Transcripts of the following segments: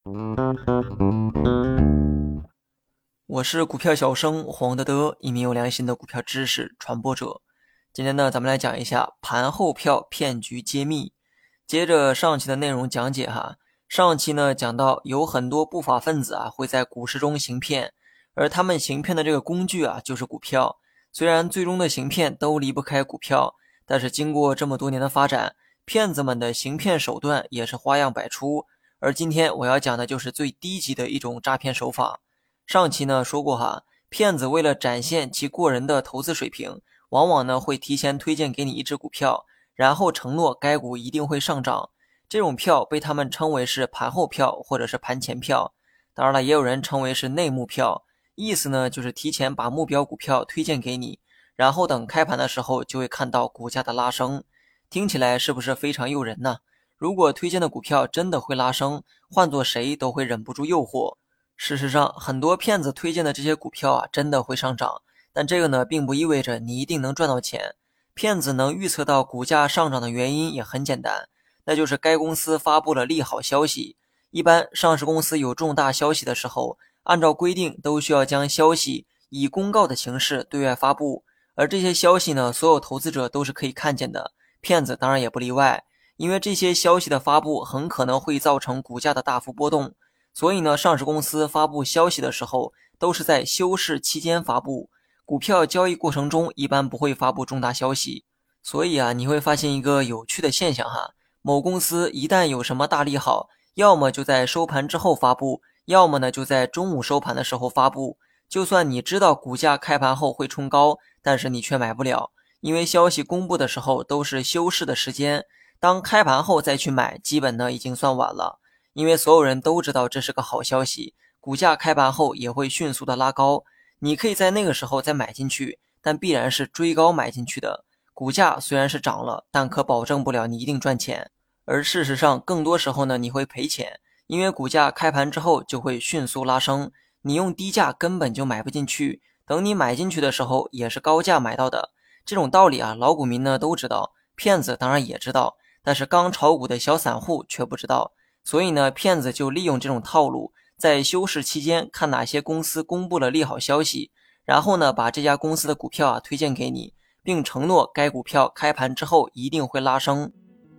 我是股票小生黄德德，一名有良心的股票知识传播者。今天呢，咱们来讲一下盘后票骗局揭秘。接着上期的内容讲解哈，上期呢讲到有很多不法分子会在股市中行骗，而他们行骗的这个工具就是股票。虽然最终的行骗都离不开股票，但是经过这么多年的发展，骗子们的行骗手段也是花样百出。而今天我要讲的就是最低级的一种诈骗手法。上期呢说过哈，骗子为了展现其过人的投资水平，往往呢会提前推荐给你一只股票，然后承诺该股一定会上涨。这种票被他们称为是盘后票或者是盘前票，当然了，也有人称为是内幕票，意思呢就是提前把目标股票推荐给你，然后等开盘的时候就会看到股价的拉升。听起来是不是非常诱人呢？如果推荐的股票真的会拉升，换做谁都会忍不住诱惑。事实上，很多骗子推荐的这些股票真的会上涨，但这个呢，并不意味着你一定能赚到钱。骗子能预测到股价上涨的原因也很简单，那就是该公司发布了利好消息。一般上市公司有重大消息的时候，按照规定都需要将消息以公告的形式对外发布，而这些消息呢，所有投资者都是可以看见的，骗子当然也不例外，因为这些消息的发布很可能会造成股价的大幅波动。所以呢，上市公司发布消息的时候，都是在休市期间发布。股票交易过程中一般不会发布重大消息。所以你会发现一个有趣的现象哈，某公司一旦有什么大利好，要么就在收盘之后发布，要么呢就在中午收盘的时候发布。就算你知道股价开盘后会冲高，但是你却买不了，因为消息公布的时候都是休市的时间，当开盘后再去买，基本呢已经算晚了。因为所有人都知道这是个好消息，股价开盘后也会迅速的拉高，你可以在那个时候再买进去，但必然是追高买进去的。股价虽然是涨了，但可保证不了你一定赚钱，而事实上更多时候呢你会赔钱，因为股价开盘之后就会迅速拉升，你用低价根本就买不进去，等你买进去的时候也是高价买到的。这种道理老股民呢都知道，骗子当然也知道，但是刚炒股的小散户却不知道。所以呢，骗子就利用这种套路，在休市期间看哪些公司公布了利好消息，然后呢，把这家公司的股票推荐给你，并承诺该股票开盘之后一定会拉升。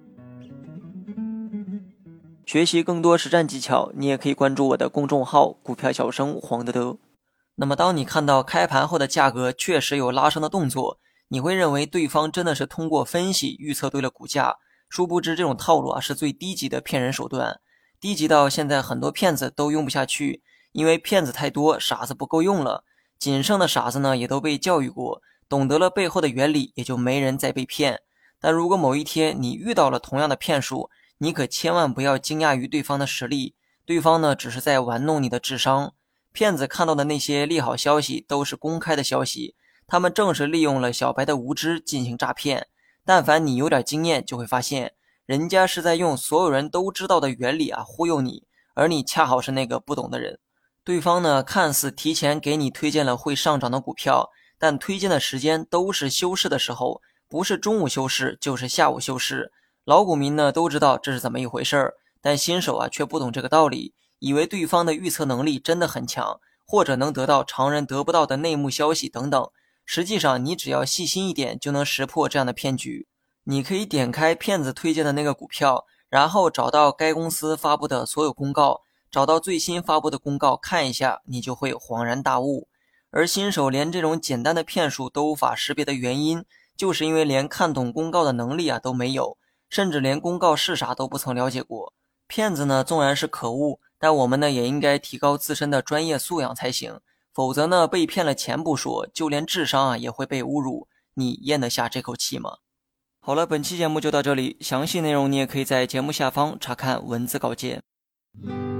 学习更多实战技巧，你也可以关注我的公众号股票小生黄德德。那么当你看到开盘后的价格确实有拉升的动作，你会认为对方真的是通过分析预测对了股价，殊不知这种套路是最低级的骗人手段，低级到现在很多骗子都用不下去，因为骗子太多，傻子不够用了，仅剩的傻子呢也都被教育过，懂得了背后的原理，也就没人再被骗。但如果某一天你遇到了同样的骗术，你可千万不要惊讶于对方的实力，对方呢只是在玩弄你的智商。骗子看到的那些利好消息都是公开的消息，他们正是利用了小白的无知进行诈骗。但凡你有点经验，就会发现人家是在用所有人都知道的原理忽悠你，而你恰好是那个不懂的人。对方呢看似提前给你推荐了会上涨的股票，但推荐的时间都是休市的时候，不是中午休市就是下午休市。老股民呢都知道这是怎么一回事儿，但新手却不懂这个道理，以为对方的预测能力真的很强，或者能得到常人得不到的内幕消息等等。实际上你只要细心一点就能识破这样的骗局。你可以点开骗子推荐的那个股票，然后找到该公司发布的所有公告，找到最新发布的公告看一下，你就会恍然大悟。而新手连这种简单的骗术都无法识别的原因，就是因为连看懂公告的能力都没有，甚至连公告是啥都不曾了解过。骗子呢纵然是可恶，但我们呢也应该提高自身的专业素养才行，否则呢被骗了钱不说，就连智商也会被侮辱，你咽得下这口气吗？好了，本期节目就到这里，详细内容你也可以在节目下方查看文字稿件。